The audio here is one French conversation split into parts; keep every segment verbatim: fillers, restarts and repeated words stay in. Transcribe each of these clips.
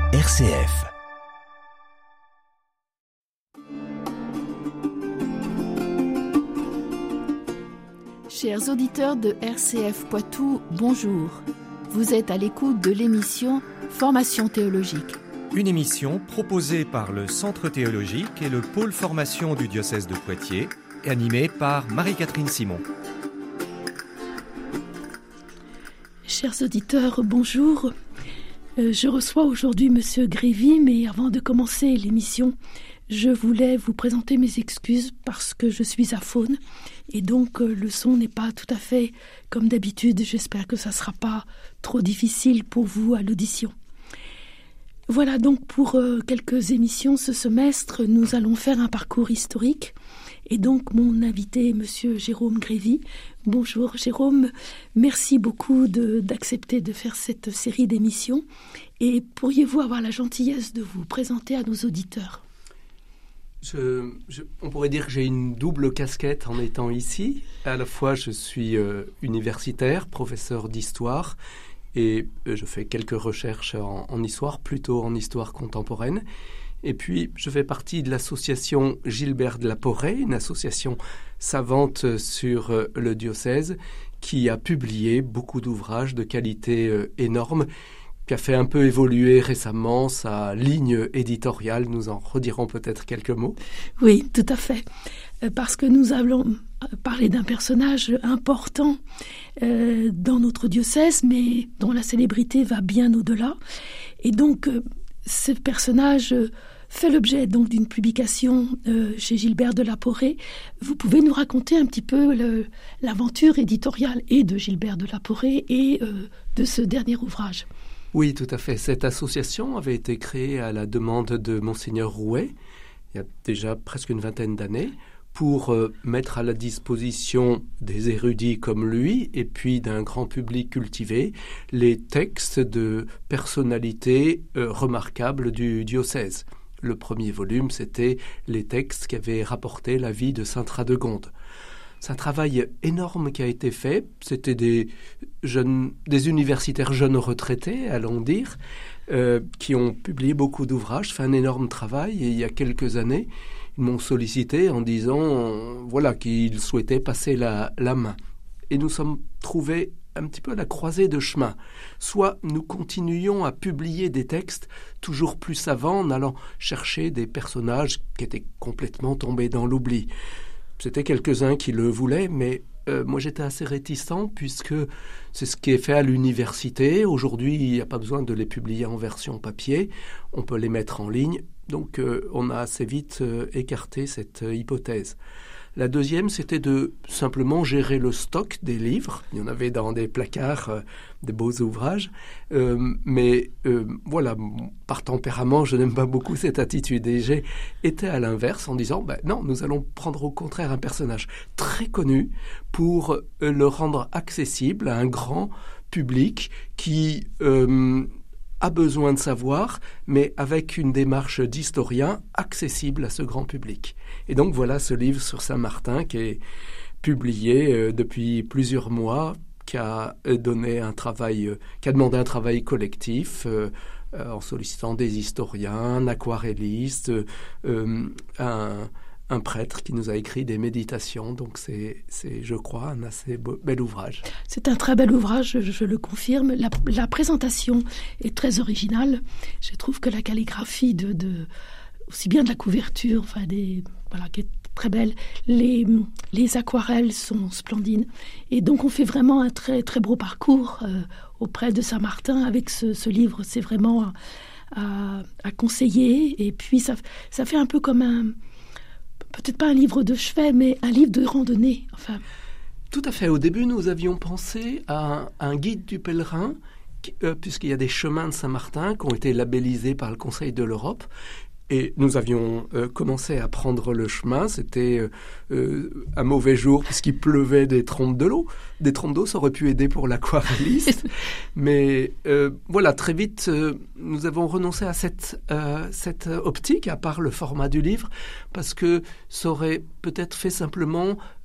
R C F. Chers auditeurs de R C F Poitou, bonjour. Vous êtes à l'écoute de l'émission Formation théologique. Une émission proposée par le Centre théologique et le pôle formation du diocèse de Poitiers, et animée par Marie-Catherine Simon. Chers auditeurs, bonjour. Euh, je reçois aujourd'hui Monsieur Grévy, mais avant de commencer l'émission, je voulais vous présenter mes excuses parce que je suis aphone et donc euh, le son n'est pas tout à fait comme d'habitude. J'espère que ça ne sera pas trop difficile pour vous à l'audition. Voilà donc pour euh, quelques émissions ce semestre, nous allons faire un parcours historique. Et donc, mon invité est Monsieur Jérôme Grévy. Bonjour Jérôme, merci beaucoup de, d'accepter de faire cette série d'émissions. Et pourriez-vous avoir la gentillesse de vous présenter à nos auditeurs ? je, je, On pourrait dire que j'ai une double casquette en étant ici. À la fois, je suis euh, universitaire, professeur d'histoire, et euh, je fais quelques recherches en, en histoire, plutôt en histoire contemporaine. Et puis, je fais partie de l'association Gilbert de la Porrée, une association savante sur euh, le diocèse, qui a publié beaucoup d'ouvrages de qualité euh, énorme, qui a fait un peu évoluer récemment sa ligne éditoriale. Nous en redirons peut-être quelques mots. Oui, tout à fait. Euh, parce que nous allons parler d'un personnage important euh, dans notre diocèse, mais dont la célébrité va bien au-delà. Et donc, euh, ce personnage euh, fait l'objet donc d'une publication euh, chez Gilbert de la Porrée. Vous pouvez nous raconter un petit peu le, l'aventure éditoriale et de Gilbert de la Porrée et euh, de ce dernier ouvrage. Oui, tout à fait. Cette association avait été créée à la demande de Monseigneur Rouet, il y a déjà presque une vingtaine d'années, pour euh, mettre à la disposition des érudits comme lui et puis d'un grand public cultivé les textes de personnalités euh, remarquables du diocèse. Le premier volume, c'était les textes qui avaient rapporté la vie de saint Radegonde. C'est un travail énorme qui a été fait. C'était des jeunes, des universitaires jeunes retraités, allons dire, euh, qui ont publié beaucoup d'ouvrages, fait un énorme travail. Et il y a quelques années, ils m'ont sollicité en disant euh, voilà, qu'ils souhaitaient passer la, la main. Et nous sommes trouvés un petit peu à la croisée de chemin. Soit nous continuions à publier des textes toujours plus savants en allant chercher des personnages qui étaient complètement tombés dans l'oubli. C'était quelques-uns qui le voulaient, mais euh, moi j'étais assez réticent puisque c'est ce qui est fait à l'université. Aujourd'hui, il n'y a pas besoin de les publier en version papier, on peut les mettre en ligne. Donc euh, on a assez vite euh, écarté cette euh, hypothèse. La deuxième, c'était de simplement gérer le stock des livres. Il y en avait dans des placards, euh, des beaux ouvrages. Euh, mais euh, voilà, par tempérament, je n'aime pas beaucoup cette attitude. Et j'ai été à l'inverse en disant, ben non, nous allons prendre au contraire un personnage très connu pour euh, le rendre accessible à un grand public qui euh, a besoin de savoir, mais avec une démarche d'historien accessible à ce grand public. Et donc voilà ce livre sur Saint-Martin qui est publié euh, depuis plusieurs mois, qui a donné un travail, euh, qui a demandé un travail collectif euh, euh, en sollicitant des historiens, un aquarelliste, euh, un un prêtre qui nous a écrit des méditations. Donc c'est, c'est je crois, un assez beau, bel ouvrage. C'est un très bel ouvrage, je, je le confirme. La, la présentation est très originale. Je trouve que la calligraphie, de, de, aussi bien de la couverture, enfin des, voilà, qui est très belle, les, les aquarelles sont splendides. Et donc on fait vraiment un très, très beau parcours euh, auprès de Saint-Martin avec ce, ce livre. C'est vraiment à, à conseiller. Et puis ça, ça fait un peu comme un... peut-être pas un livre de chevet, mais un livre de randonnée. Enfin. Tout à fait. Au début, nous avions pensé à un, un guide du pèlerin, qui, euh, puisqu'il y a des chemins de Saint-Martin qui ont été labellisés par le Conseil de l'Europe. Et nous avions euh, commencé à prendre le chemin. C'était euh, euh, un mauvais jour puisqu'il pleuvait des trompes de l'eau. Des trompes d'eau, ça aurait pu aider pour l'aquarelliste. Mais euh, voilà, très vite, euh, nous avons renoncé à cette, euh, cette optique, à part le format du livre, parce que ça aurait peut-être fait simplement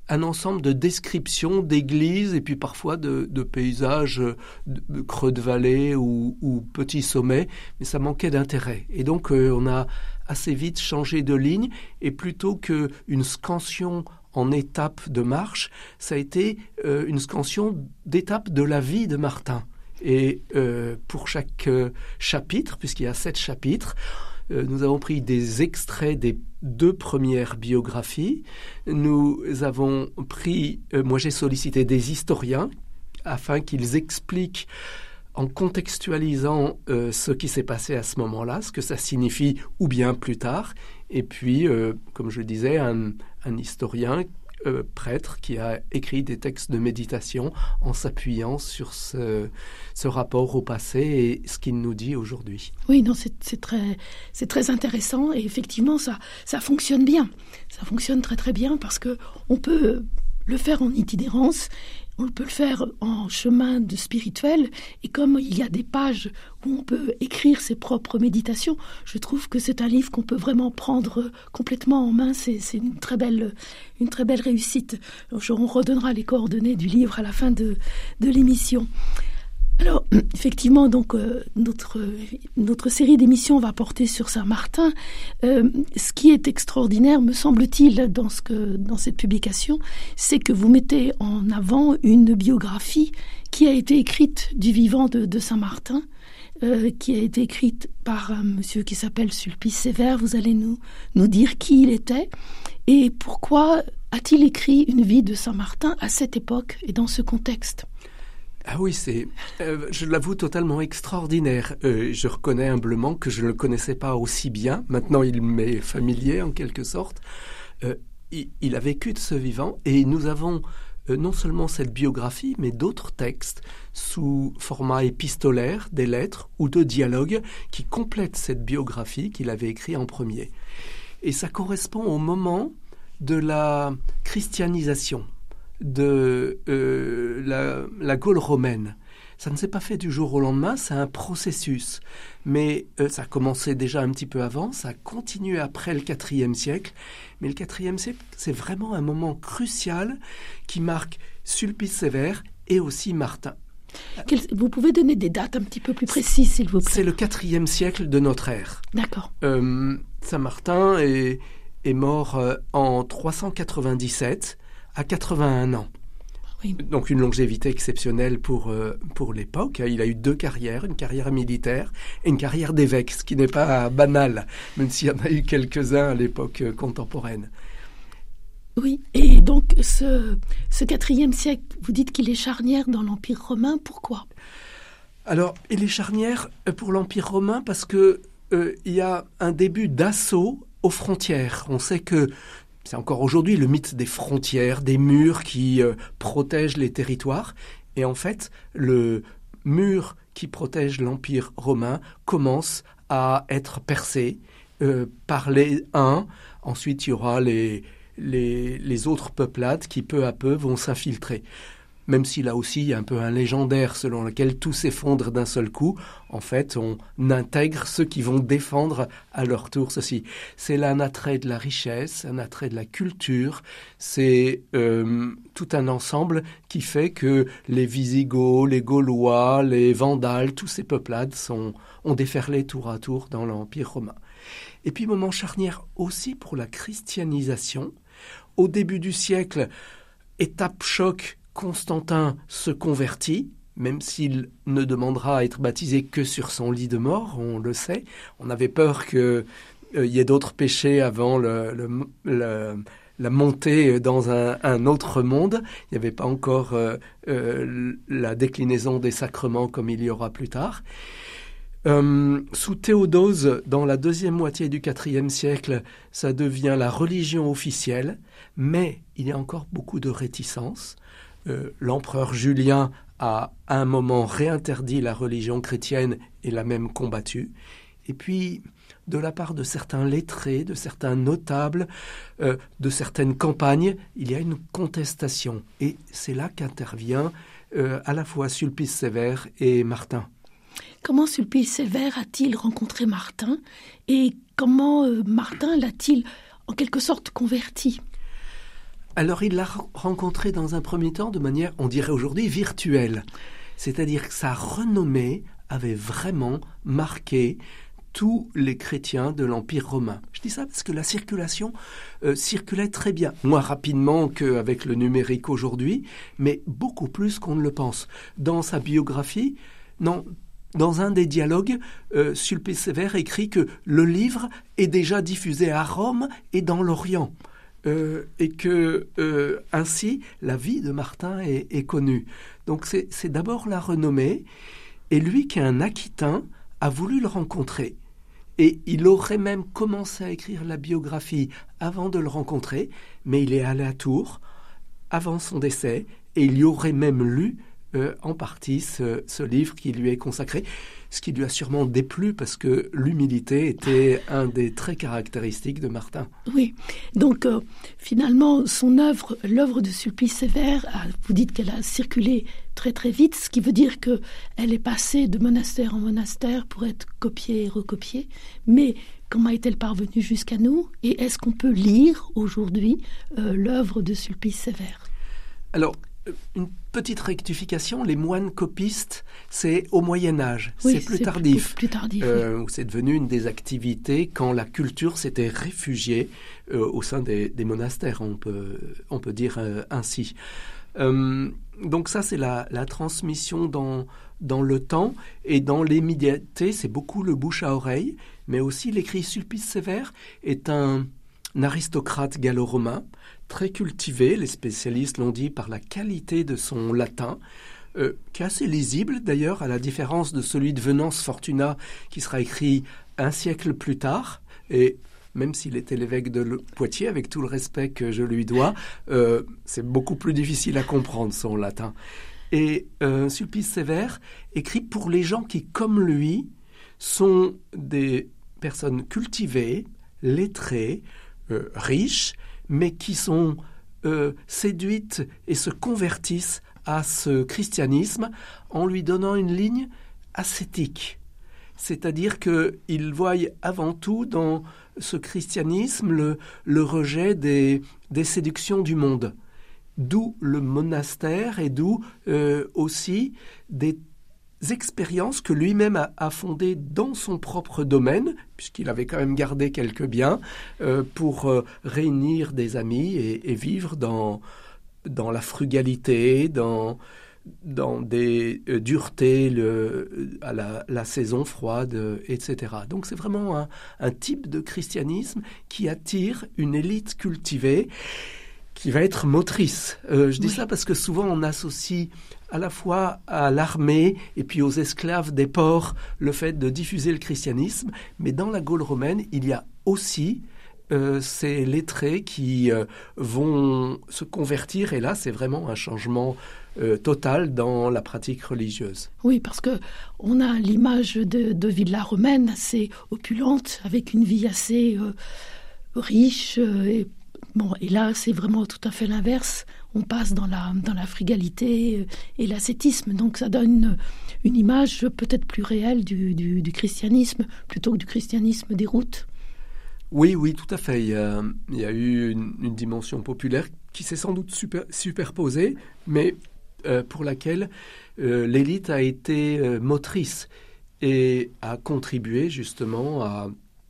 un ensemble de descriptions d'églises et puis parfois de, de paysages de, de creux de vallée ou, ou petits sommets, mais ça manquait d'intérêt. Et donc euh, on a assez vite changé de ligne et plutôt qu'une scansion en étapes de marche, ça a été euh, une scansion d'étapes de la vie de Martin. Et euh, pour chaque euh, chapitre, puisqu'il y a sept chapitres, euh, nous avons pris des extraits des deux premières biographies. Nous avons pris, euh, moi j'ai sollicité des historiens afin qu'ils expliquent en contextualisant euh, ce qui s'est passé à ce moment-là, ce que ça signifie ou bien plus tard. Et puis, euh, comme je le disais, un, un historien euh, prêtre qui a écrit des textes de méditation en s'appuyant sur ce, ce rapport au passé et ce qu'il nous dit aujourd'hui. Oui, non, c'est, c'est, très, c'est très intéressant et effectivement, ça, ça fonctionne bien. Ça fonctionne très très bien parce qu'on peut le faire en itinérance. On peut le faire en chemin de spirituel et comme il y a des pages où on peut écrire ses propres méditations, je trouve que c'est un livre qu'on peut vraiment prendre complètement en main. C'est, c'est une très belle, une très belle réussite. On redonnera les coordonnées du livre à la fin de, de l'émission. Alors, effectivement, donc, euh, notre, notre série d'émissions va porter sur Saint-Martin. Euh, ce qui est extraordinaire, me semble-t-il, dans, ce que, dans cette publication, c'est que vous mettez en avant une biographie qui a été écrite du vivant de, de Saint-Martin, euh, qui a été écrite par un monsieur qui s'appelle Sulpice Sévère. Vous allez nous, nous dire qui il était et pourquoi a-t-il écrit une vie de Saint-Martin à cette époque et dans ce contexte ? Ah oui, c'est, euh, je l'avoue, totalement extraordinaire. Euh, je reconnais humblement que je ne le connaissais pas aussi bien. Maintenant, il m'est familier en quelque sorte. Euh, il, il a vécu de ce vivant et nous avons euh, non seulement cette biographie, mais d'autres textes sous format épistolaire, des lettres ou de dialogues qui complètent cette biographie qu'il avait écrite en premier. Et ça correspond au moment de la christianisation de euh, la, la Gaule romaine. Ça ne s'est pas fait du jour au lendemain, c'est un processus. Mais euh, ça a commencé déjà un petit peu avant, ça a continué après le quatrième siècle. Mais le quatrième siècle, c'est vraiment un moment crucial qui marque Sulpice Sévère et aussi Martin. Vous pouvez donner des dates un petit peu plus précises, s'il vous plaît. C'est le quatrième siècle de notre ère. D'accord. Euh, Saint-Martin est, est mort euh, en trois cent quatre-vingt-dix-sept à quatre-vingt-un ans. Oui. Donc une longévité exceptionnelle pour, euh, pour l'époque. Il a eu deux carrières, une carrière militaire et une carrière d'évêque, ce qui n'est pas banal, même s'il y en a eu quelques-uns à l'époque euh, contemporaine. Oui, et donc ce, ce quatrième siècle, vous dites qu'il est charnière dans l'Empire romain, pourquoi ? Alors, il est charnière pour l'Empire romain parce qu'il euh, y a un début d'assaut aux frontières. On sait que c'est encore aujourd'hui le mythe des frontières, des murs qui euh, protègent les territoires. Et en fait, le mur qui protège l'Empire romain commence à être percé euh, par les Huns. Ensuite, il y aura les, les, les autres peuplades qui, peu à peu, vont s'infiltrer. Même si là aussi, il y a un peu un légendaire selon lequel tout s'effondre d'un seul coup. En fait, on intègre ceux qui vont défendre à leur tour ceci. C'est là un attrait de la richesse, un attrait de la culture. C'est euh, tout un ensemble qui fait que les Visigoths, les Gaulois, les Vandales, tous ces peuplades sont, ont déferlé tour à tour dans l'Empire romain. Et puis, moment charnière aussi pour la christianisation. Au début du siècle, étape choc, Constantin se convertit, même s'il ne demandera à être baptisé que sur son lit de mort, on le sait. On avait peur qu'il euh, y ait d'autres péchés avant le, le, le, la montée dans un, un autre monde. Il n'y avait pas encore euh, euh, la déclinaison des sacrements comme il y aura plus tard. Euh, sous Théodose, dans la deuxième moitié du quatrième siècle, ça devient la religion officielle, mais il y a encore beaucoup de réticences. Euh, l'empereur Julien a à un moment réinterdit la religion chrétienne et l'a même combattue. Et puis, de la part de certains lettrés, de certains notables, euh, de certaines campagnes, il y a une contestation. Et c'est là qu'intervient euh, à la fois Sulpice Sévère et Martin. Comment Sulpice Sévère a-t-il rencontré Martin et comment euh, Martin l'a-t-il en quelque sorte converti ? Alors, il l'a rencontré dans un premier temps de manière, on dirait aujourd'hui, virtuelle. C'est-à-dire que sa renommée avait vraiment marqué tous les chrétiens de l'Empire romain. Je dis ça parce que la circulation euh, circulait très bien, moins rapidement qu'avec le numérique aujourd'hui, mais beaucoup plus qu'on ne le pense. Dans sa biographie, non, dans un des dialogues, euh, Sulpice Sévère écrit que le livre est déjà diffusé à Rome et dans l'Orient, euh, et que euh, ainsi la vie de Martin est, est connue. Donc c'est, c'est d'abord la renommée, et lui qui est un Aquitain a voulu le rencontrer. Et il aurait même commencé à écrire la biographie avant de le rencontrer, mais il est allé à Tours avant son décès, et il y aurait même lu euh, en partie ce, ce livre qui lui est consacré, ce qui lui a sûrement déplu parce que l'humilité était un des traits caractéristiques de Martin. Oui, donc euh, finalement, son œuvre, l'œuvre de Sulpice Sévère, vous dites qu'elle a circulé très très vite, ce qui veut dire qu'elle est passée de monastère en monastère pour être copiée et recopiée, mais comment est-elle parvenue jusqu'à nous? Et est-ce qu'on peut lire aujourd'hui euh, l'œuvre de Sulpice Sévère? Alors, une petite rectification, les moines copistes, c'est au Moyen-Âge, oui, c'est plus c'est tardif. Plus, plus tardif euh, oui. C'est devenu une des activités quand la culture s'était réfugiée euh, au sein des, des monastères, on peut, on peut dire euh, ainsi. Euh, donc ça, c'est la, la transmission dans, dans le temps, et dans l'immédiateté, c'est beaucoup le bouche à oreille, mais aussi l'écrit Sulpice Sévère est un, un aristocrate gallo-romain, très cultivé, les spécialistes l'ont dit, par la qualité de son latin, euh, qui est assez lisible d'ailleurs, à la différence de celui de Venance Fortuna, qui sera écrit un siècle plus tard, et même s'il était l'évêque de Poitiers, avec tout le respect que je lui dois, euh, c'est beaucoup plus difficile à comprendre son latin. Et euh, Sulpice Sévère écrit pour les gens qui, comme lui, sont des personnes cultivées, lettrées, euh, riches, mais qui sont euh, séduites et se convertissent à ce christianisme en lui donnant une ligne ascétique. C'est-à-dire qu'ils voient avant tout dans ce christianisme le, le rejet des, des séductions du monde. D'où le monastère et d'où euh, aussi des expériences que lui-même a, a fondées dans son propre domaine, puisqu'il avait quand même gardé quelques biens, euh, pour euh, réunir des amis et, et vivre dans, dans la frugalité, dans, dans des euh, duretés le, à la, la saison froide, euh, et cetera. Donc c'est vraiment un, un type de christianisme qui attire une élite cultivée qui va être motrice. Euh, je dis oui. ça parce que souvent on associe à la fois à l'armée et puis aux esclaves des ports le fait de diffuser le christianisme, mais dans la Gaule romaine, il y a aussi euh, ces lettrés qui euh, vont se convertir, et là c'est vraiment un changement euh, total dans la pratique religieuse. Oui, parce que on a l'image de, de villa romaine assez opulente, avec une vie assez euh, riche, euh, et bon, et là, c'est vraiment tout à fait l'inverse. On passe dans la, dans la frugalité et l'ascétisme. Donc, ça donne une, une image peut-être plus réelle du, du, du christianisme, plutôt que du christianisme des routes. Oui, oui, tout à fait. Il y a, il y a eu une, une dimension populaire qui s'est sans doute super, superposée, mais euh, pour laquelle euh, l'élite a été euh, motrice et a contribué justement à...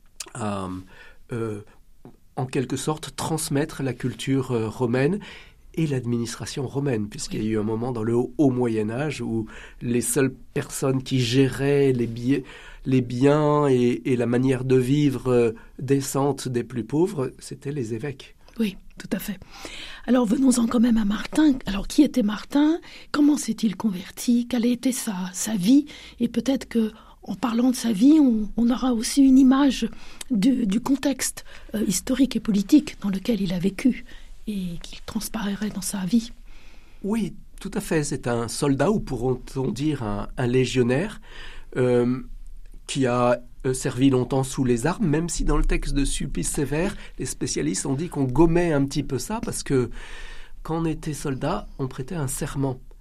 à euh, en quelque sorte, transmettre la culture euh, romaine et l'administration romaine, puisqu'il y a eu un moment dans le haut, haut Moyen-Âge où les seules personnes qui géraient les, bi- les biens et, et la manière de vivre euh, décente des plus pauvres, c'était les évêques. Oui, tout à fait. Alors, venons-en quand même à Martin. Alors, qui était Martin? Comment s'est-il converti? Quelle a été sa, sa vie? Et peut-être que en parlant de sa vie, on, on aura aussi une image du, du contexte euh, historique et politique dans lequel il a vécu et qui transparaîtrait dans sa vie. Oui, tout à fait. C'est un soldat, ou pourront-on dire un, un légionnaire, euh, qui a euh, servi longtemps sous les armes, même si dans le texte de Sulpice Sévère, les spécialistes ont dit qu'on gommait un petit peu ça, parce que quand on était soldat, on prêtait un serment.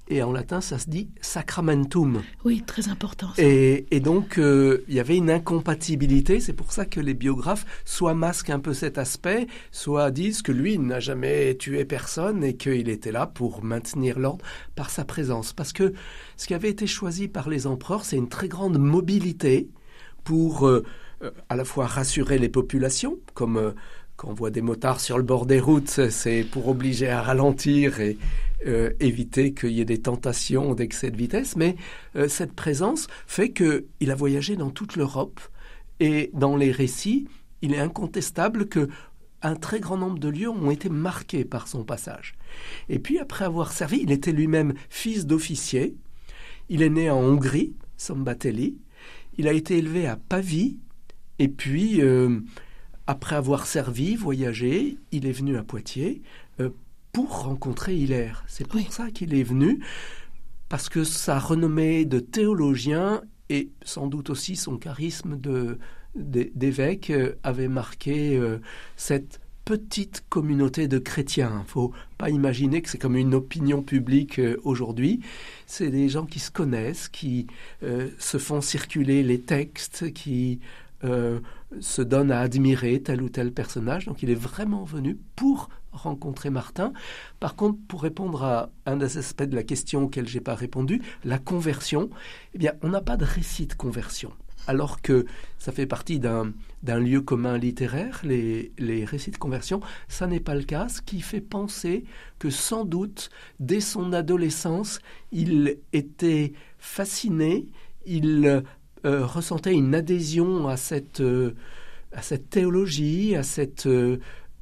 et en latin, ça se dit sacramentum. Oui, très important. Ça. Et, et donc, euh, il y avait une incompatibilité. C'est pour ça que les biographes soit masquent un peu cet aspect, soit disent que lui, il n'a jamais tué personne et qu'il était là pour maintenir l'ordre par sa présence. Parce que ce qui avait été choisi par les empereurs, c'est une très grande mobilité pour euh, à la fois rassurer les populations, comme euh, quand on voit des motards sur le bord des routes, c'est pour obliger à ralentir et Euh, éviter qu'il y ait des tentations d'excès de vitesse, mais euh, cette présence fait qu'il a voyagé dans toute l'Europe et dans les récits, il est incontestable qu'un très grand nombre de lieux ont été marqués par son passage. Et puis après avoir servi, il était lui-même fils d'officier, il est né en Hongrie, Szombathely, il a été élevé à Pavie et puis euh, après avoir servi, voyagé, il est venu à Poitiers euh, pour rencontrer Hilaire. C'est pour oui. ça qu'il est venu, parce que sa renommée de théologien et sans doute aussi son charisme de, de, d'évêque euh, avait marqué euh, cette petite communauté de chrétiens. Il ne faut pas imaginer que c'est comme une opinion publique euh, aujourd'hui. C'est des gens qui se connaissent, qui euh, se font circuler les textes, qui euh, se donnent à admirer tel ou tel personnage. Donc il est vraiment venu pour rencontrer Martin. Par contre, pour répondre à un des aspects de la question auquel je n'ai pas répondu, la conversion, eh bien, on n'a pas de récit de conversion. Alors que ça fait partie d'un, d'un lieu commun littéraire, les, les récits de conversion, ça n'est pas le cas, ce qui fait penser que sans doute, dès son adolescence, il était fasciné, il euh, ressentait une adhésion à cette, euh, à cette théologie, à cette... Euh,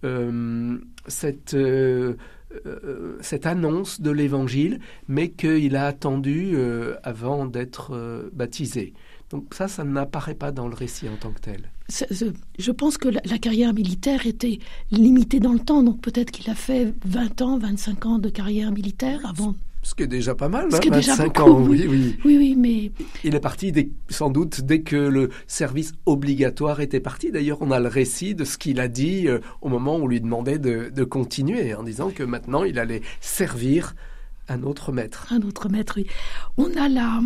Euh, cette, euh, euh, cette annonce de l'Évangile, mais qu'il a attendu euh, avant d'être euh, baptisé. Donc ça, ça n'apparaît pas dans le récit en tant que tel. Je pense que la, la carrière militaire était limitée dans le temps, donc peut-être qu'il a fait vingt ans, vingt-cinq ans de carrière militaire avant... Ce qui est déjà pas mal, Ce hein, qui est déjà vingt-cinq beaucoup, ans, oui. oui, oui. Oui, oui, mais... Il est parti dès, sans doute dès que le service obligatoire était parti. D'ailleurs, on a le récit de ce qu'il a dit euh, au moment où on lui demandait de, de continuer, en disant que maintenant, il allait servir un autre maître. Un autre maître, oui. On a la...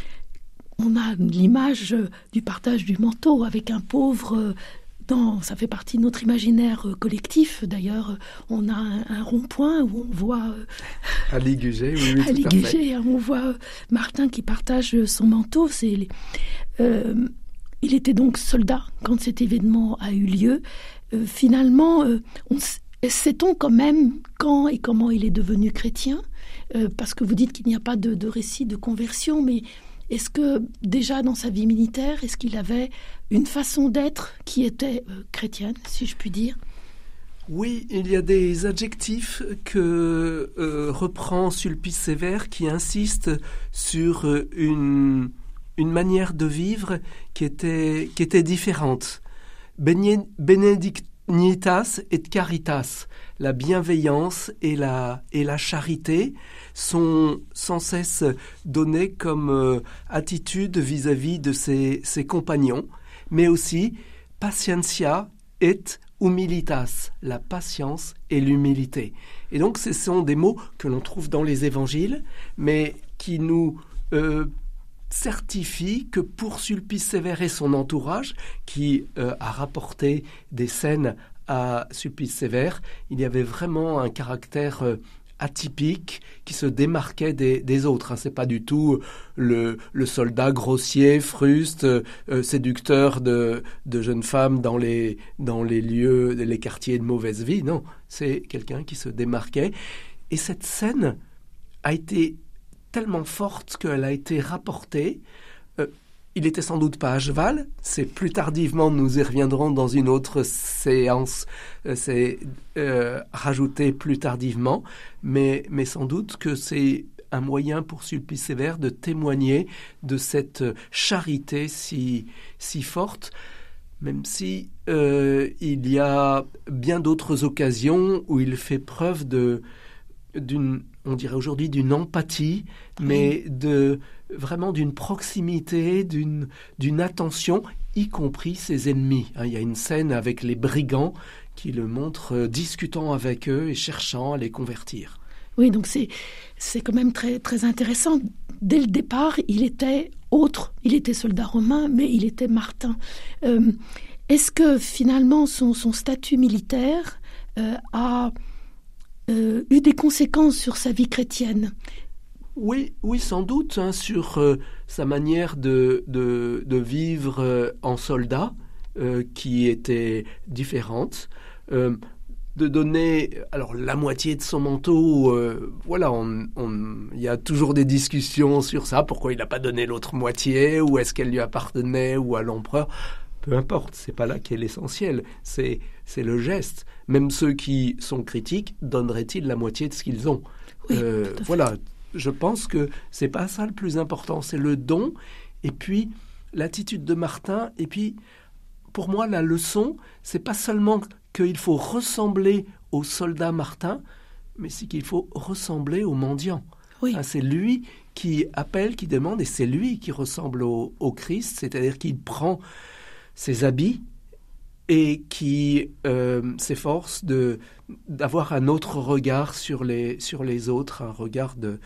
On a l'image du partage du manteau avec un pauvre... Dans, ça fait partie de notre imaginaire collectif. D'ailleurs, on a un, un rond-point où on voit... Euh, à Ligugé, oui, oui, à tout Ligugé, à fait. On voit euh, Martin qui partage son manteau. C'est, euh, il était donc soldat quand cet événement a eu lieu. Euh, finalement, euh, on, sait-on quand même quand et comment il est devenu chrétien ? euh, Parce que vous dites qu'il n'y a pas de, de récit de conversion, mais... Est-ce que déjà dans sa vie militaire, est-ce qu'il avait une façon d'être qui était euh, chrétienne, si je puis dire ? Oui, il y a des adjectifs que euh, reprend Sulpice Sévère qui insistent sur euh, une, une manière de vivre qui était, qui était différente. Benedicnitas et caritas, la bienveillance et la, et la charité sont sans cesse données comme euh, attitude vis-à-vis de ses, ses compagnons, mais aussi patientia et humilitas, la patience et l'humilité. Et donc ce sont des mots que l'on trouve dans les évangiles, mais qui nous euh, certifient que pour Sulpice Sévère et son entourage, qui euh, a rapporté des scènes à Sulpice Sévère, il y avait vraiment un caractère euh, atypique qui se démarquait des, des autres. Hein. C'est pas du tout le, le soldat grossier, fruste, euh, séducteur de, de jeunes femmes dans les, dans les lieux, les quartiers de mauvaise vie. Non, c'est quelqu'un qui se démarquait. Et cette scène a été tellement forte qu'elle a été rapportée. Euh, Il n'était sans doute pas à cheval, c'est plus tardivement, nous y reviendrons dans une autre séance, euh, c'est euh, rajouté plus tardivement, mais, mais sans doute que c'est un moyen pour Sulpice Sévère de témoigner de cette charité si, si forte, même si euh, il y a bien d'autres occasions où il fait preuve de, d'une, on dirait aujourd'hui d'une empathie, mais de... vraiment d'une proximité, d'une, d'une attention, y compris ses ennemis. Hein, il y a une scène avec les brigands qui le montrent euh, discutant avec eux et cherchant à les convertir. Oui, donc c'est, c'est quand même très, très intéressant. Dès le départ, il était autre. Il était soldat romain, mais il était Martin. Euh, est-ce que finalement son, son statut militaire euh, a euh, eu des conséquences sur sa vie chrétienne ? Oui, oui, sans doute, hein, sur euh, sa manière de, de, de vivre euh, en soldat, euh, qui était différente. Euh, de donner alors la moitié de son manteau, euh, voilà, on, on, il y a toujours des discussions sur ça, pourquoi il n'a pas donné l'autre moitié, ou est-ce qu'elle lui appartenait, ou à l'empereur. Peu importe, c'est pas là qu'est l'essentiel, c'est, c'est le geste. Même ceux qui sont critiques, donneraient-ils la moitié de ce qu'ils ont? Oui, euh, Voilà. Je pense que c'est pas ça le plus important, c'est le don et puis l'attitude de Martin. Et puis, pour moi, la leçon, c'est pas seulement qu'il faut ressembler au soldat Martin, mais c'est qu'il faut ressembler au mendiant. Oui. Hein, c'est lui qui appelle, qui demande, et c'est lui qui ressemble au, au Christ, c'est-à-dire qu'il prend ses habits et qui euh, s'efforce de, d'avoir un autre regard sur les, sur les autres, un regard de,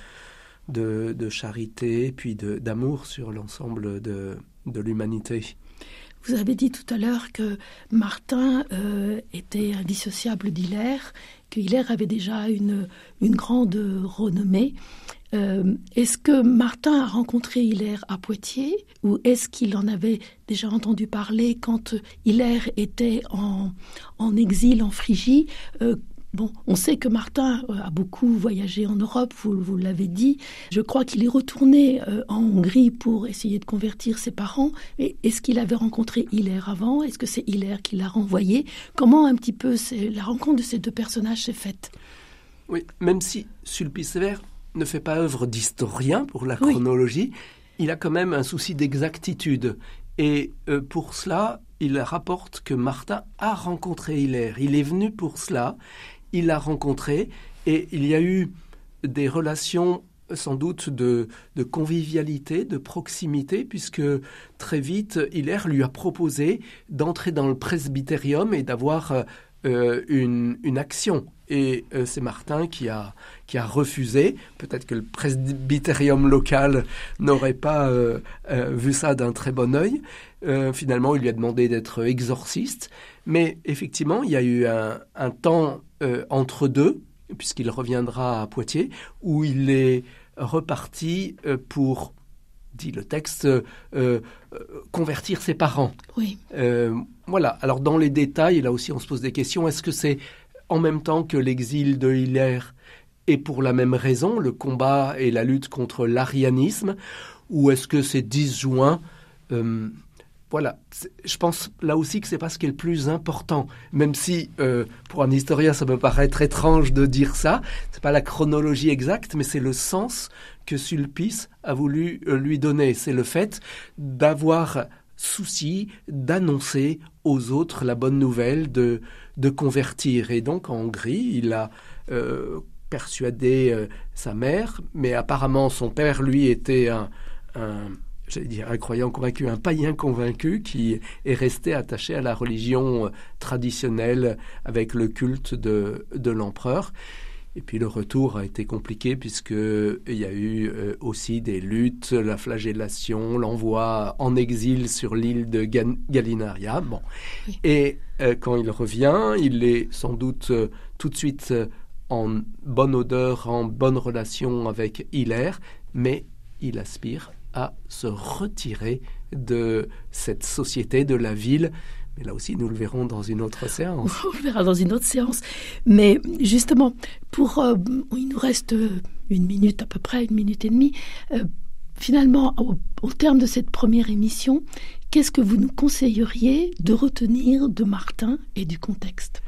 de, de charité, puis de, d'amour sur l'ensemble de, de l'humanité. Vous avez dit tout à l'heure que Martin euh, était indissociable d'Hilaire, que Hilaire avait déjà une, une grande renommée. Euh, est-ce que Martin a rencontré Hilaire à Poitiers ou est-ce qu'il en avait déjà entendu parler quand Hilaire était en, en exil en Phrygie? euh, Bon, on sait que Martin a beaucoup voyagé en Europe, vous, vous l'avez dit. Je crois qu'il est retourné euh, en Hongrie pour essayer de convertir ses parents. Et est-ce qu'il avait rencontré Hilaire avant? Est-ce que c'est Hilaire qui l'a renvoyé? Comment un petit peu c'est, la rencontre de ces deux personnages s'est faite? Oui, même si Sulpice Vert ne fait pas œuvre d'historien pour la Oui. chronologie, il a quand même un souci d'exactitude. Et euh, pour cela, il rapporte que Martin a rencontré Hilaire. Il est venu pour cela. Il l'a rencontré et il y a eu des relations sans doute de, de convivialité, de proximité, puisque très vite, Hilaire lui a proposé d'entrer dans le presbytérium et d'avoir euh, une, une action. Et euh, c'est Martin qui a, qui a refusé. Peut-être que le presbytérium local n'aurait pas euh, euh, vu ça d'un très bon œil. Euh, finalement, il lui a demandé d'être exorciste. Mais effectivement, il y a eu un, un temps euh, entre deux, puisqu'il reviendra à Poitiers, où il est reparti euh, pour, dit le texte, euh, euh, convertir ses parents. Oui. Euh, voilà. Alors, dans les détails, là aussi, on se pose des questions. Est-ce que c'est en même temps que l'exil de Hilaire et pour la même raison, le combat et la lutte contre l'arianisme, ou est-ce que c'est disjoint? euh, Voilà, je pense là aussi que c'est pas ce qui est le plus important, même si euh, pour un historien ça me paraît très étrange de dire ça. C'est pas la chronologie exacte, mais c'est le sens que Sulpice a voulu euh, lui donner. C'est le fait d'avoir souci d'annoncer aux autres la bonne nouvelle, de, de convertir. Et donc en Hongrie, il a euh, persuadé euh, sa mère, mais apparemment son père, lui, était un... un j'allais dire un croyant convaincu, un païen convaincu qui est resté attaché à la religion traditionnelle avec le culte de, de l'empereur. Et puis le retour a été compliqué puisqu'il y a eu euh, aussi des luttes, la flagellation, l'envoi en exil sur l'île de Gan- Galinaria. Bon. Oui. Et euh, quand il revient, il est sans doute euh, tout de suite euh, en bonne odeur, en bonne relation avec Hilaire, mais il aspire à se retirer de cette société, de la ville. Mais là aussi, nous le verrons dans une autre séance. On le verra dans une autre séance. Mais justement, pour, euh, il nous reste une minute à peu près, une minute et demie. Euh, finalement, au, au terme de cette première émission, qu'est-ce que vous nous conseilleriez de retenir de Martin et du contexte?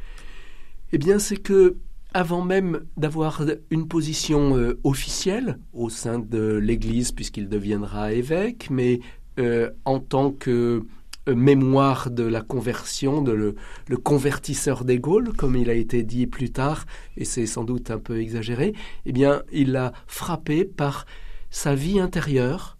Eh bien, c'est que avant même d'avoir une position euh, officielle au sein de l'Église, puisqu'il deviendra évêque, mais euh, en tant que euh, mémoire de la conversion, de le, le convertisseur des Gaules, comme il a été dit plus tard, et c'est sans doute un peu exagéré, eh bien, il a frappé par sa vie intérieure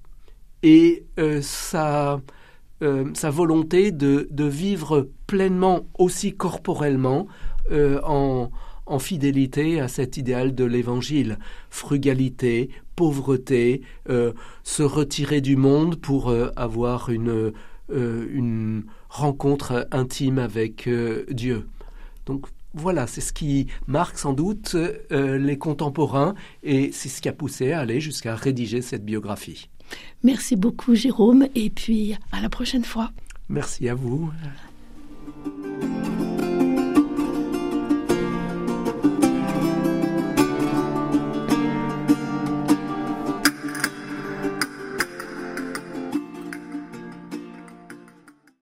et euh, sa, euh, sa volonté de, de vivre pleinement, aussi corporellement, euh, en en fidélité à cet idéal de l'Évangile. Frugalité, pauvreté, euh, se retirer du monde pour euh, avoir une, euh, une rencontre intime avec euh, Dieu. Donc voilà, c'est ce qui marque sans doute euh, les contemporains et c'est ce qui a poussé à aller jusqu'à rédiger cette biographie. Merci beaucoup Jérôme et puis à la prochaine fois. Merci à vous.